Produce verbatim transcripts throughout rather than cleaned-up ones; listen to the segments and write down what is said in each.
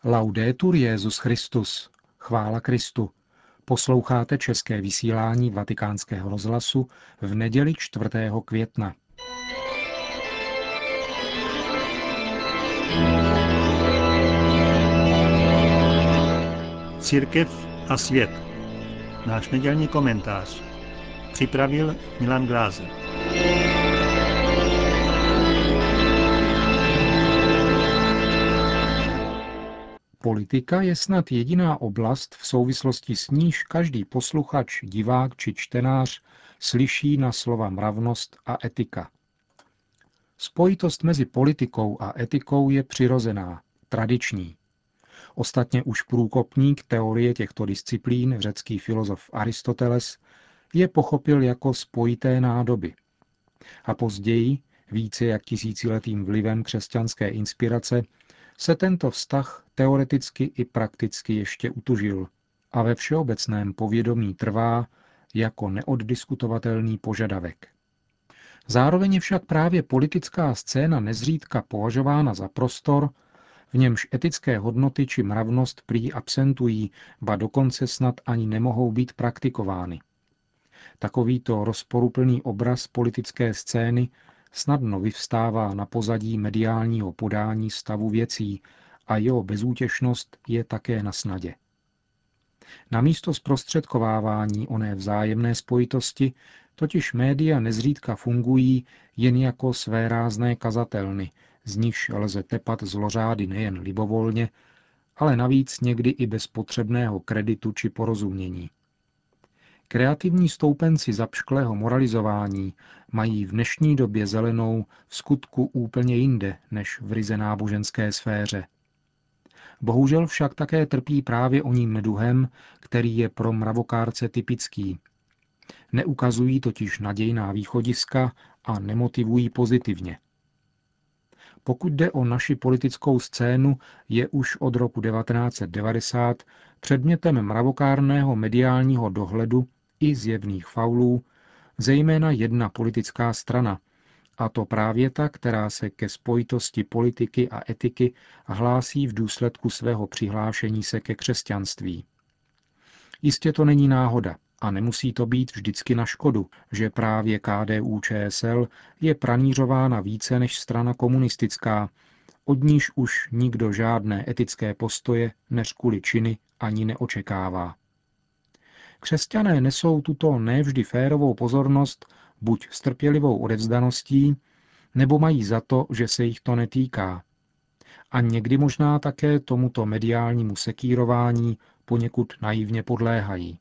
Laudetur Jesus Christus. Chvála Kristu. Posloucháte české vysílání Vatikánského rozhlasu v neděli čtvrtého května. Církev a svět. Náš nedělní komentář. Připravil Milan Glázer. Politika je snad jediná oblast, v souvislosti s níž každý posluchač, divák či čtenář slyší na slova mravnost a etika. Spojitost mezi politikou a etikou je přirozená, tradiční. Ostatně už průkopník teorie těchto disciplín, řecký filozof Aristoteles, je pochopil jako spojité nádoby. A později, více jak tisíciletým vlivem křesťanské inspirace, se tento vztah teoreticky i prakticky ještě utužil a ve všeobecném povědomí trvá jako neoddiskutovatelný požadavek. Zároveň je však právě politická scéna nezřídka považována za prostor, v němž etické hodnoty či mravnost prý absentují, ba dokonce snad ani nemohou být praktikovány. Takovýto rozporuplný obraz politické scény snadno vyvstává na pozadí mediálního podání stavu věcí a jeho bezútěšnost je také na snadě. Namísto zprostředkovávání oné vzájemné spojitosti totiž média nezřídka fungují jen jako svérázné kazatelny, z nichž lze tepat zlořády nejen libovolně, ale navíc někdy i bez potřebného kreditu či porozumění. Kreativní stoupenci zapšklého moralizování mají v dnešní době zelenou v skutku úplně jinde než v ryze náboženské sféře. Bohužel však také trpí právě oním neduhem, který je pro mravokárce typický. Neukazují totiž nadějná východiska a nemotivují pozitivně. Pokud jde o naši politickou scénu, je už od roku devatenáct set devadesát předmětem mravokárného mediálního dohledu i zjevných faulů zejména jedna politická strana, a to právě ta, která se ke spojitosti politiky a etiky hlásí v důsledku svého přihlášení se ke křesťanství. Jistě to není náhoda a nemusí to být vždycky na škodu, že právě K D U Č S L je pranířována více než strana komunistická, od níž už nikdo žádné etické postoje, než kvůli činy, ani neočekává. Křesťané nesou tuto nevždy férovou pozornost buď s trpělivou odevzdaností, nebo mají za to, že se jich to netýká. A někdy možná také tomuto mediálnímu sekírování poněkud naivně podléhají.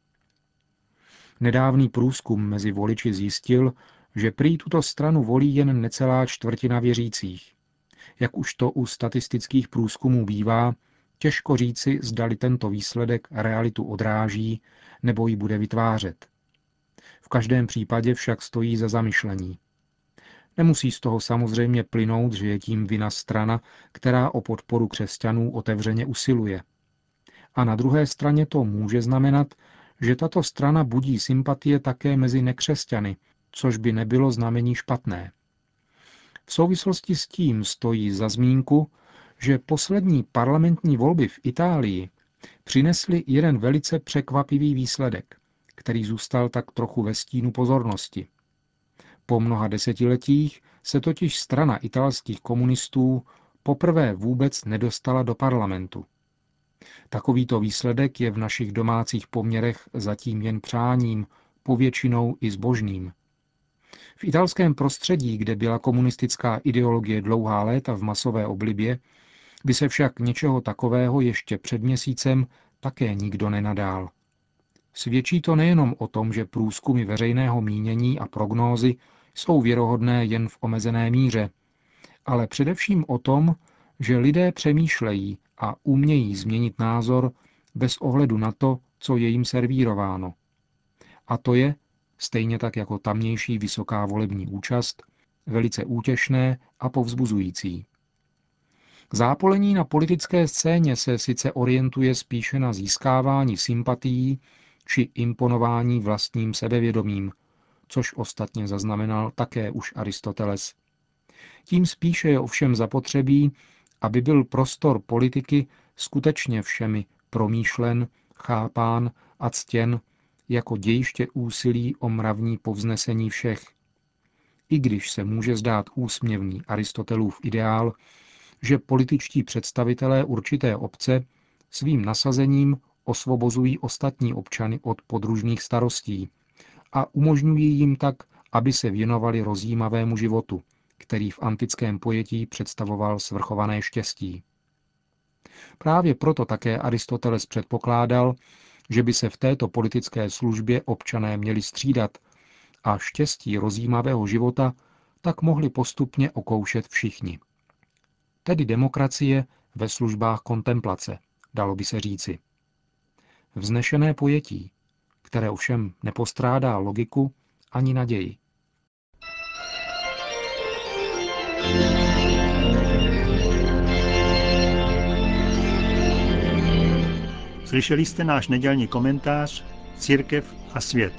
Nedávný průzkum mezi voliči zjistil, že prý tuto stranu volí jen necelá čtvrtina věřících. Jak už to u statistických průzkumů bývá, těžko říci, zdali tento výsledek realitu odráží nebo ji bude vytvářet. V každém případě však stojí za zamyšlení. Nemusí z toho samozřejmě plynout, že je tím vina strana, která o podporu křesťanů otevřeně usiluje. A na druhé straně to může znamenat, že tato strana budí sympatie také mezi nekřesťany, což by nebylo znamení špatné. V souvislosti s tím stojí za zmínku, že poslední parlamentní volby v Itálii přinesly jeden velice překvapivý výsledek, který zůstal tak trochu ve stínu pozornosti. Po mnoha desetiletích se totiž strana italských komunistů poprvé vůbec nedostala do parlamentu. Takovýto výsledek je v našich domácích poměrech zatím jen přáním, povětšinou i zbožným. V italském prostředí, kde byla komunistická ideologie dlouhá léta v masové oblibě, by se však něčeho takového ještě před měsícem také nikdo nenadál. Svědčí to nejenom o tom, že průzkumy veřejného mínění a prognózy jsou věrohodné jen v omezené míře, ale především o tom, že lidé přemýšlejí a umějí změnit názor bez ohledu na to, co je jim servírováno. A to je, stejně tak jako tamnější vysoká volební účast, velice útěšné a povzbuzující. Zápolení na politické scéně se sice orientuje spíše na získávání sympatií či imponování vlastním sebevědomím, což ostatně zaznamenal také už Aristoteles. Tím spíše je ovšem zapotřebí, aby byl prostor politiky skutečně všemi promýšlen, chápán a ctěn jako dějiště úsilí o mravní povznesení všech. I když se může zdát úsměvný Aristotelův ideál, že političtí představitelé určité obce svým nasazením osvobozují ostatní občany od podružných starostí a umožňují jim tak, aby se věnovali rozjímavému životu, který v antickém pojetí představoval svrchované štěstí. Právě proto také Aristoteles předpokládal, že by se v této politické službě občané měli střídat a štěstí rozjímavého života tak mohli postupně okoušet všichni. Tedy demokracie ve službách kontemplace, dalo by se říci. Vznešené pojetí, které ovšem nepostrádá logiku ani naději. Slyšeli jste náš nedělní komentář Církev a svět.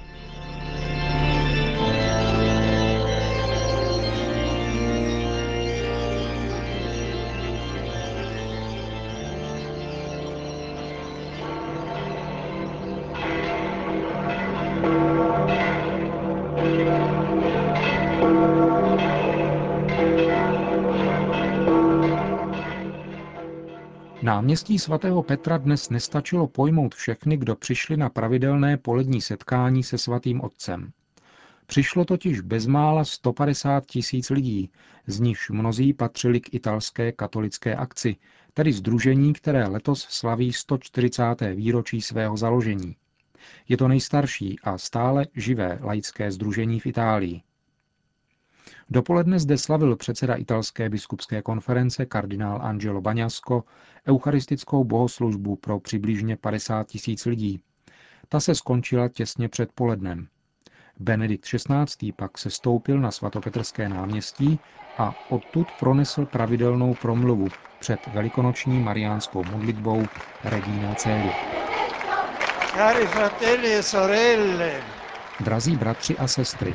Náměstí svatého Petra dnes nestačilo pojmout všechny, kdo přišli na pravidelné polední setkání se svatým otcem. Přišlo totiž bezmála sto padesát tisíc lidí, z nichž mnozí patřili k italské katolické akci, tedy sdružení, které letos slaví sto čtyřicáté výročí svého založení. Je to nejstarší a stále živé laické sdružení v Itálii. Dopoledne zde slavil předseda italské biskupské konference kardinál Angelo Bagnasco eucharistickou bohoslužbu pro přibližně padesát tisíc lidí. Ta se skončila těsně před polednem. Benedikt šestnáctý pak se stoupil na svatopetrské náměstí a odtud pronesl pravidelnou promluvu před velikonoční mariánskou modlitbou Regina Coeli. Cari fratelli e sorelle, Drazí bratři a sestry,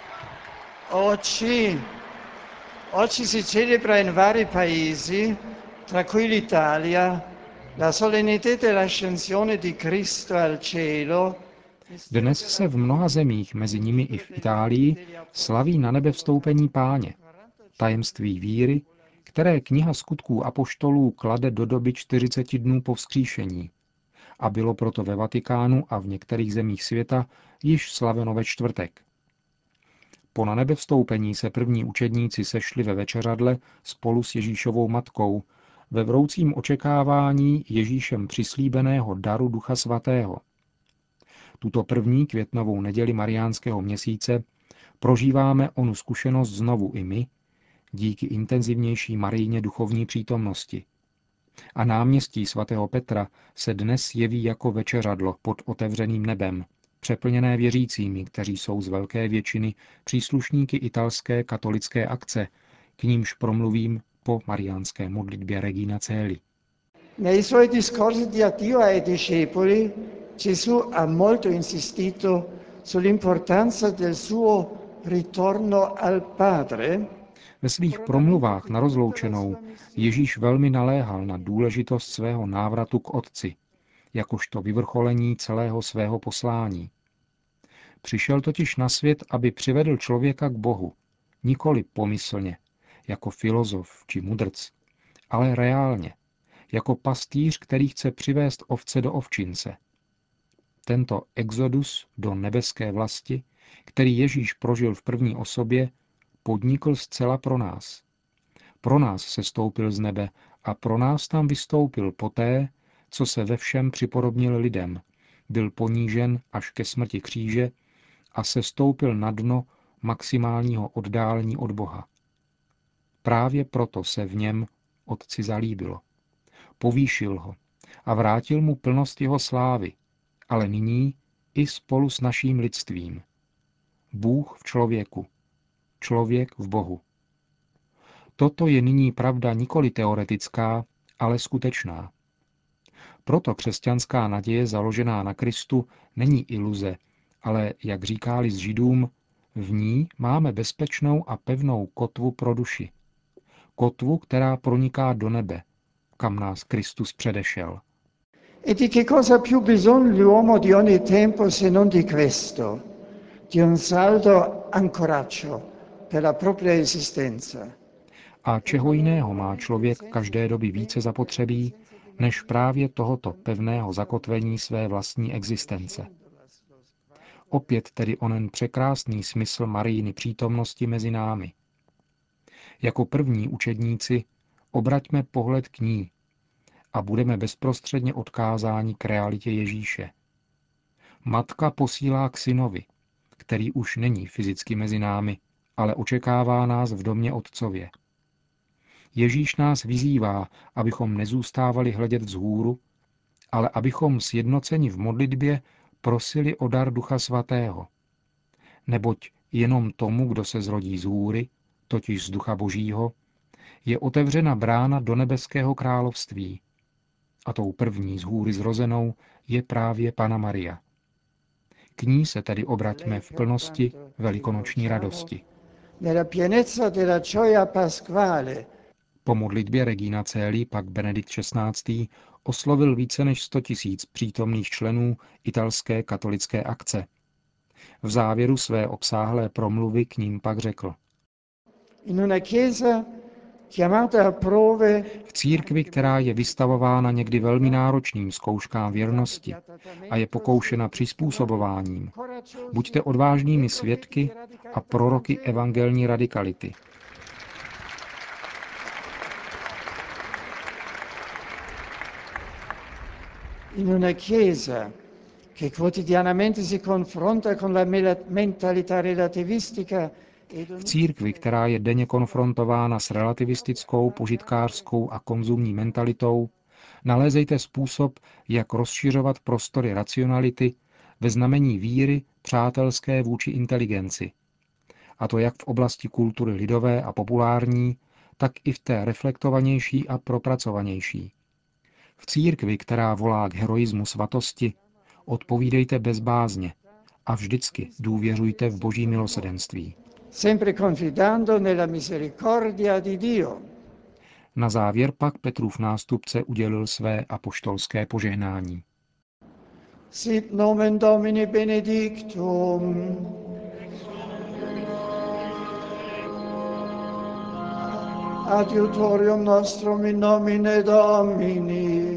oggi, oggi si celebra in vari paesi, tra cui l'Italia, la solennità dell'ascensione di Cristo al cielo. dnes se v mnoha zemích, mezi nimi i v Itálii, slaví na nebe vstoupení Páně, tajemství víry, které kniha Skutků apoštolů klade do doby čtyřiceti dnů po vzkříšení a bylo proto ve Vatikánu a v některých zemích světa již slaveno ve čtvrtek. Po na nebe vstoupení se první učedníci sešli ve večeřadle spolu s Ježíšovou matkou ve vroucím očekávání Ježíšem přislíbeného daru Ducha Svatého. Tuto první květnovou neděli mariánského měsíce prožíváme onu zkušenost znovu i my, díky intenzivnější Marijně duchovní přítomnosti. A náměstí svatého Petra se dnes jeví jako večeřadlo pod otevřeným nebem, přeplněné věřícími, kteří jsou z velké většiny příslušníky italské katolické akce, k nímž promluvím po mariánské modlitbě Regina Coeli. Nei suoi discorsi di addio ai discepoli, Gesù ha molto insistito sull'importanza del suo ritorno al Padre. Ve svých promluvách na rozloučenou Ježíš velmi naléhal na důležitost svého návratu k Otci, jakožto vyvrcholení celého svého poslání. Přišel totiž na svět, aby přivedl člověka k Bohu, nikoli pomyslně, jako filozof či mudrc, ale reálně, jako pastýř, který chce přivést ovce do ovčince. Tento exodus do nebeské vlasti, který Ježíš prožil v první osobě, podnikl zcela pro nás. Pro nás se stoupil z nebe a pro nás tam vystoupil poté, co se ve všem připodobnil lidem, byl ponížen až ke smrti kříže a se stoupil na dno maximálního oddálení od Boha. Právě proto se v něm Otci zalíbilo. Povýšil ho a vrátil mu plnost jeho slávy, ale nyní i spolu s naším lidstvím. Bůh v člověku, člověk v Bohu. Toto je nyní pravda nikoli teoretická, ale skutečná. Proto křesťanská naděje založená na Kristu není iluze, ale, jak říkáli s Židům, v ní máme bezpečnou a pevnou kotvu pro duši. kotvu, která proniká do nebe, kam nás Kristus předešel. E di che cosa più bisogna l'uomo di ogni tempo se non di questo, di un saldo ancoraggio per la propria esistenza. A čeho jiného má člověk každé doby více zapotřebí, než právě tohoto pevného zakotvení své vlastní existence. Opět tedy onen překrásný smysl Marijiny přítomnosti mezi námi. Jako první učedníci obraťme pohled k ní a budeme bezprostředně odkázáni k realitě Ježíše. Matka posílá k synovi, který už není fyzicky mezi námi, ale očekává nás v domě Otcově. Ježíš nás vyzývá, abychom nezůstávali hledět vzhůru, ale abychom sjednoceni v modlitbě prosili o dar Ducha Svatého. Neboť jenom tomu, kdo se zrodí z hůry, totiž z Ducha Božího, je otevřena brána do nebeského království. A tou první z hůry zrozenou je právě Panna Maria. K ní se tedy obraťme v plnosti velikonoční radosti. Po modlitbě Regina Coeli pak Benedikt šestnáctý oslovil více než sto tisíc přítomných členů italské katolické akce. V závěru své obsáhlé promluvy k ním pak řekl: V církvi, která je vystavována někdy velmi náročným zkouškám věrnosti a je pokoušena přizpůsobováním, buďte odvážnými svědky a proroky evangelní radikality. In una chiesa che quotidianamente si confronta con la mentalità relativistica. V církvi, která je denně konfrontována s relativistickou, požitkářskou a konzumní mentalitou, nalézejte způsob, jak rozšiřovat prostory racionality ve znamení víry přátelské vůči inteligenci. A to jak v oblasti kultury lidové a populární, tak i v té reflektovanější a propracovanější. V církvi, která volá k heroismu svatosti, odpovídejte bezbázně a vždycky důvěřujte v Boží milosrdenství. Sempre confidando nella misericordia di Dio. Na závěr pak Petrův nástupce udělil své apoštolské požehnání. Sit nomen Domini benedictum. Adiutorium nostrum in nomine Domini.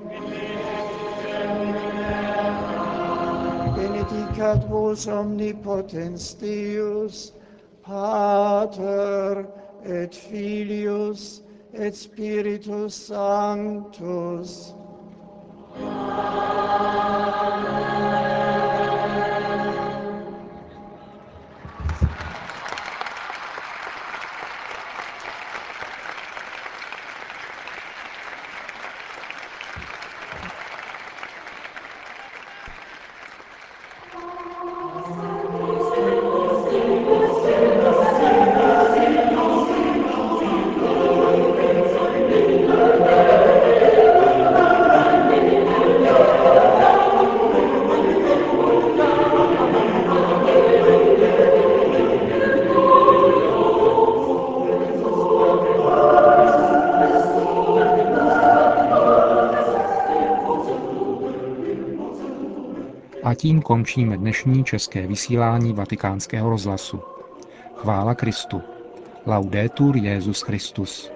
Benedicat vos omnipotens Deus, Pater et Filius et Spiritus Sanctus. A tím končíme dnešní české vysílání Vatikánského rozhlasu. Chvála Kristu. Laudetur Jesus Christus.